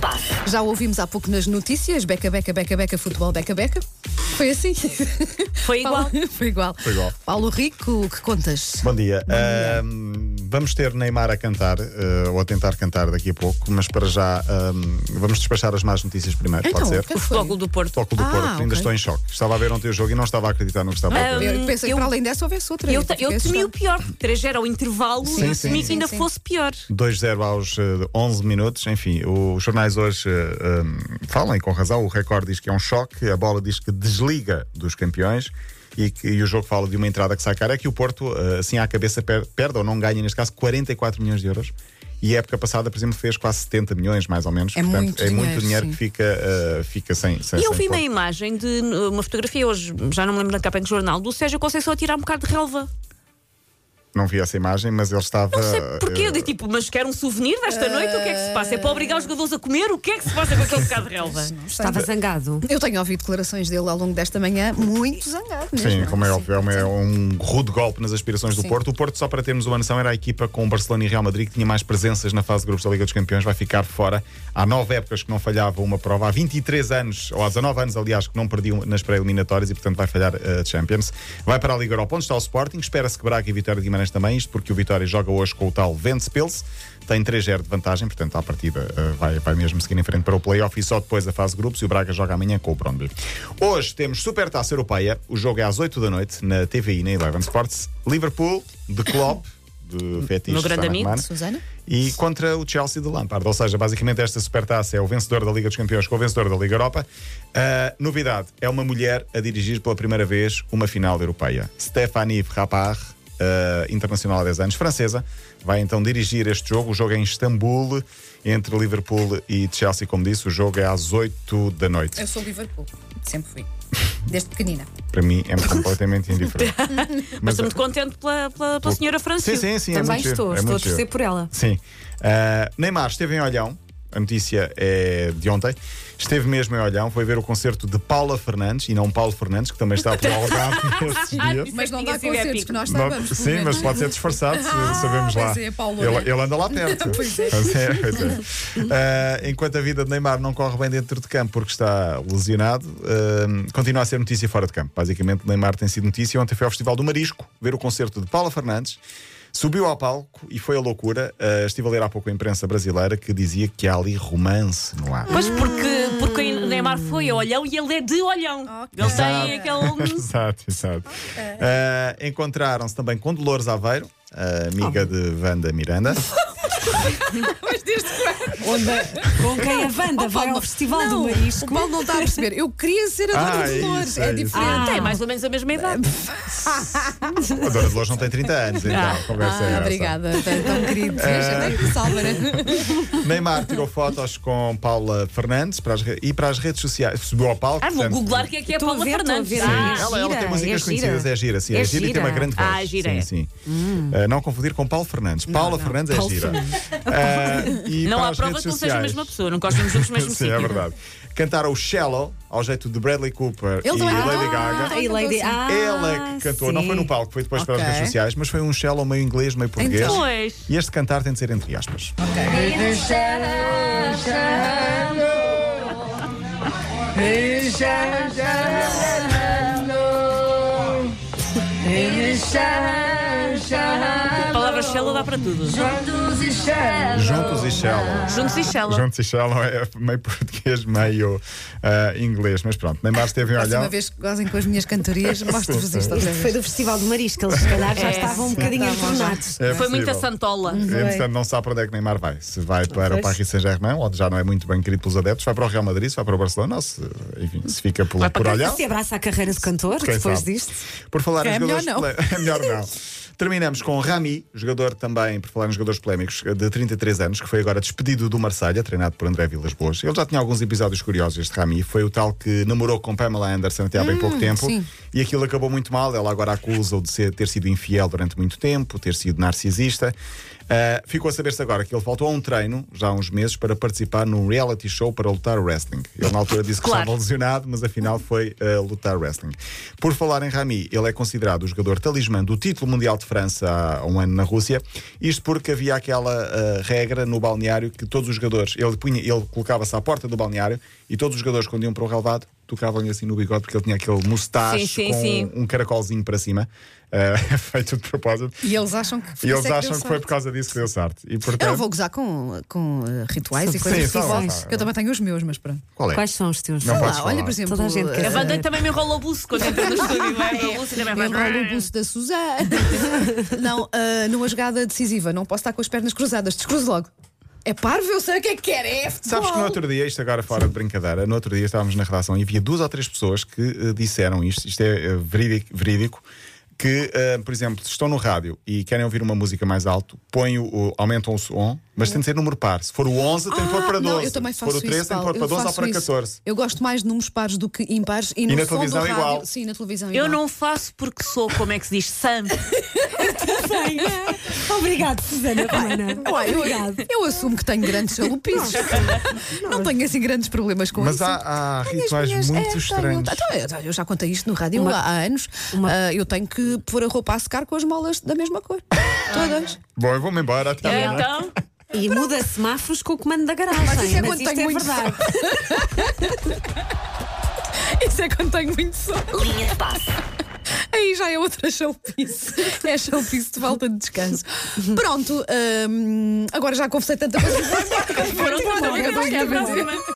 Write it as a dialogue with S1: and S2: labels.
S1: passe.
S2: Já ouvimos há pouco nas notícias, beca, futebol, beca. Foi assim?
S1: Foi igual.
S2: Foi igual. Paulo Rico, que contas?
S3: Bom dia. Vamos ter Neymar a cantar, ou a tentar cantar daqui a pouco, mas para já vamos despachar as más notícias primeiro,
S2: Então,
S3: pode ser?
S2: que
S1: O Futebol Clube do Porto.
S3: Futebol Clube do Porto, ainda estou em choque. Estava a ver ontem o jogo e não estava a acreditar no que estava a ver.
S2: Eu pensei que para além dessa houvesse outra.
S1: Eu temi o pior. 3-0 ao intervalo e temi que ainda
S2: sim.
S1: fosse pior.
S3: 2-0 aos 11 minutos, enfim, os jornais hoje falam, e com razão, o Record diz que é um choque, a bola diz que desliga dos campeões e o jogo fala de uma entrada que sai cara, é que o Porto, assim à cabeça, perde ou não ganha, neste caso, 44 milhões de euros. E a época passada, por exemplo, fez quase 70 milhões, mais ou menos.
S2: É
S3: Portanto,
S2: muito dinheiro
S3: que fica sem.
S1: E eu vi uma
S3: Porto.
S1: imagem de uma fotografia hoje, já não me lembro da capa em que jornal, do Sérgio Conceição a tirar um bocado de relva.
S3: Não vi essa imagem, mas ele estava.
S1: Não sei porquê, eu digo, mas quer um souvenir desta noite? O que é que se passa? É para obrigar os jogadores a comer? O que é que se passa com aquele bocado de relva?
S4: Estava zangado.
S2: Eu tenho ouvido declarações dele ao longo desta manhã, muito zangado mesmo.
S3: Sim, como é óbvio, é um rude golpe nas aspirações do Porto. O Porto, só para termos uma noção, era a equipa com o Barcelona e Real Madrid que tinha mais presenças na fase de grupos da Liga dos Campeões, vai ficar fora. Há 9 épocas que não falhava uma prova, há 23 anos, ou há 19 anos, aliás, que não perdiam nas pré-eliminatórias e, portanto, vai falhar a Champions. Vai para a Liga Europa, onde está o Sporting. Espera-se que Braga e Vitória de Guimarães também, isto porque o Vitória joga hoje com o tal Ventspils, tem 3-0 de vantagem, portanto, à partida vai mesmo seguir em frente para o play-off e só depois a fase de grupos, e o Braga joga amanhã com o Brøndby. Hoje temos Supertaça Europeia, o jogo é às 8 da noite, na TVI, na Eleven Sports. Liverpool, de Klopp, de fetiche,
S1: Meu grande amigo,
S2: Susana.
S3: e contra o Chelsea de Lampard. Ou seja, basicamente esta Supertaça é o vencedor da Liga dos Campeões com o vencedor da Liga Europa. Novidade, é uma mulher a dirigir pela primeira vez uma final europeia. Stéphanie Frappart, internacional há 10 anos, francesa, vai então dirigir este jogo. O jogo é em Istambul, entre Liverpool e Chelsea, como disse. O jogo é às 8 da noite.
S2: Eu sou Liverpool, sempre fui, desde pequenina.
S3: Para mim é completamente indiferente.
S1: Mas estou muito contente pela senhora Francisco.
S3: Sim,
S4: Também
S3: é muito
S4: estou
S3: giro,
S4: a torcer por ela.
S3: Sim. Neymar esteve em Olhão. A notícia é de ontem. Esteve mesmo em Olhão, foi ver o concerto de Paula Fernandes e não Paulo Fernandes, que também está por Algarve nestes dias.
S2: Mas não dá
S1: Tinha sido
S2: concertos
S1: épico.
S2: que nós
S3: Não,
S2: saibamos. pelo
S3: sim,
S2: menos.
S3: mas pode ser disfarçado, sabemos lá.
S2: pois é, Paulo,
S3: Ele anda lá perto.
S2: Pois é.
S3: Pois é. Enquanto a vida de Neymar não corre bem dentro de campo porque está lesionado, continua a ser notícia fora de campo. Basicamente, Neymar tem sido notícia. Ontem foi ao Festival do Marisco ver o concerto de Paula Fernandes. Subiu ao palco e foi a loucura. Estive a ler há pouco a imprensa brasileira que dizia que há ali romance no ar.
S1: Mas porque o Neymar foi a Olhão e ele é de Olhão.
S2: Ok.
S1: Ele tem aquele.
S3: Exato. Encontraram-se também com Dolores Aveiro, amiga de Wanda Miranda.
S2: Mas desde quando?
S4: Com quem a Wanda vai ao Festival do Marisco.
S2: O Paulo não está a perceber. Eu queria ser a Dora de Dolores.
S3: isso,
S2: É
S3: isso.
S2: diferente.
S1: Tem mais ou menos a mesma idade.
S3: A Dora Dolores não tem 30 anos, então a conversa é essa.
S2: Obrigada, tão querido. Veja, salva, né?
S3: Neymar tirou fotos com Paula Fernandes para as redes sociais. Subiu ao palco.
S1: Vou
S3: portanto,
S1: googlar quem é que é a
S4: Estou a
S1: Paula
S4: ver, estou a
S1: Fernandes.
S4: ver.
S3: Ela tem músicas conhecidas, é gira, sim.
S4: É
S3: É gira e tem uma
S4: gira.
S3: grande voz.
S1: Ah, gira,
S3: sim. Não confundir com Paulo Fernandes. Paula Fernandes é gira. E
S1: Não
S3: para
S1: há
S3: as
S1: provas
S3: redes
S1: que não seja a
S3: sociais-
S1: mesma pessoa. Não gostam juntos do mesmo
S3: Sim,
S1: sítio.
S3: é verdade. Cantaram o Shallow ao jeito de Bradley Cooper
S2: Ele
S3: e
S2: também-
S3: Lady Gaga.
S4: E Lady...
S3: Ela é que cantou, não foi no palco, foi depois para as
S2: Ok.
S3: redes sociais, mas foi um shallow meio inglês, meio português.
S2: Então.
S1: Pois.
S3: E este cantar tem de ser entre aspas.
S1: A palavra shallow dá para tudo.
S3: Juntos e shallow.
S1: Juntos e shallow.
S3: Juntos e shallow é meio português, meio inglês, mas pronto. Neymar esteve em
S2: Próxima
S3: Olhão.
S2: vez que gozem com as minhas cantorias, mostro-vos isto outra
S4: Foi
S2: vez.
S4: do Festival do Marisco, eles se calhar já estavam um bocadinho entornados.
S3: É
S1: Foi muita
S3: possível.
S1: santola.
S3: Entretanto, não sabe para onde é que Neymar vai. Se vai para o
S4: Pois.
S3: Paris Saint-Germain, onde já não é muito bem querido pelos adeptos, vai para o Real Madrid, se vai para o Barcelona, ou se fica por Olhão.
S4: Se abraça a carreira de cantor
S3: Quem
S4: depois
S3: sabe?
S4: disto.
S3: Por falar em
S2: É melhor
S3: jogadores é melhor não. Terminamos com Rami, jogador também, por falar em jogadores polémicos, de 33 anos, que foi agora despedido do Marselha, treinado por André Vilas-Boas. Ele já tinha alguns episódios curiosos, este Rami. Foi o tal que namorou com Pamela Anderson até há bem pouco tempo.
S2: sim.
S3: E aquilo acabou muito mal. Ela agora acusa-o de ter sido infiel durante muito tempo, ter sido narcisista. Ficou a saber-se agora que ele voltou a um treino, já há uns meses, para participar num reality show para lutar wrestling. Ele na altura disse que estava lesionado, mas afinal foi lutar wrestling. Por falar em Rami, ele é considerado o jogador talismã do título mundial de França há um ano na Rússia. Isto porque havia aquela regra no balneário que todos os jogadores, ele colocava-se à porta do balneário e todos os jogadores, quando iam para o relevado, tocavam-lhe assim no bigode, porque ele tinha aquele mustache com um caracolzinho para cima, feito de propósito.
S2: E eles acham que
S3: foi por causa disso que deu sorte. E, portanto...
S2: Eu não vou gozar com rituais e coisas assim. Eu também tenho os meus, mas pronto.
S3: Qual é?
S4: Quais são os teus?
S3: Não podes
S2: Olha,
S3: falar.
S2: por exemplo,
S4: Toda a gente quer
S1: A Wanda também me enrola o buço quando entra no estúdio.
S2: eu enrolo o buço da Suzana. Não, numa jogada decisiva, não posso estar com as pernas cruzadas, descruzo logo. É parvo, eu sei o que é que é futebol.
S3: Sabes que no outro dia, isto agora fora de brincadeira, no outro dia estávamos na redação e havia 2 ou 3 pessoas que disseram isto é verídico, que, por exemplo, se estão no rádio e querem ouvir uma música mais alto, aumentam o som, mas tem de ser número par. Se for o 11, tem de pôr para 12.
S2: Não, eu também faço
S3: se for o 13,
S2: isso,
S3: tem de pôr para 12 ou para 14.
S2: Eu gosto mais de números pares do que impares. E
S3: na
S2: som
S3: televisão
S2: do rádio,
S3: igual.
S2: Sim, na televisão
S1: Eu
S2: igual.
S1: não faço porque sou, como é que se diz, Sam.
S4: Obrigado, Susana Romana.
S2: Eu assumo que tenho grandes chalupices. Não tenho assim grandes problemas com
S3: Mas
S2: isso.
S3: há rituais muito estranhos.
S2: Eu já contei isto no rádio há anos. Eu tenho que pôr a roupa a secar com as molas da mesma cor. Todas.
S3: Bom, eu vou-me embora. Até amanhã.
S1: Então,
S4: E muda semáforos com o comando da garagem.
S2: Mas isso é quando
S4: isto
S2: tenho
S4: é
S2: muito
S4: verdade.
S2: Isso é quando tenho muito sono.
S5: Linha de passe.
S2: Aí já é outra showpiece. É showpiece de falta de descanso. Pronto, agora já conversei tanta coisa.
S1: pronto, até a próxima.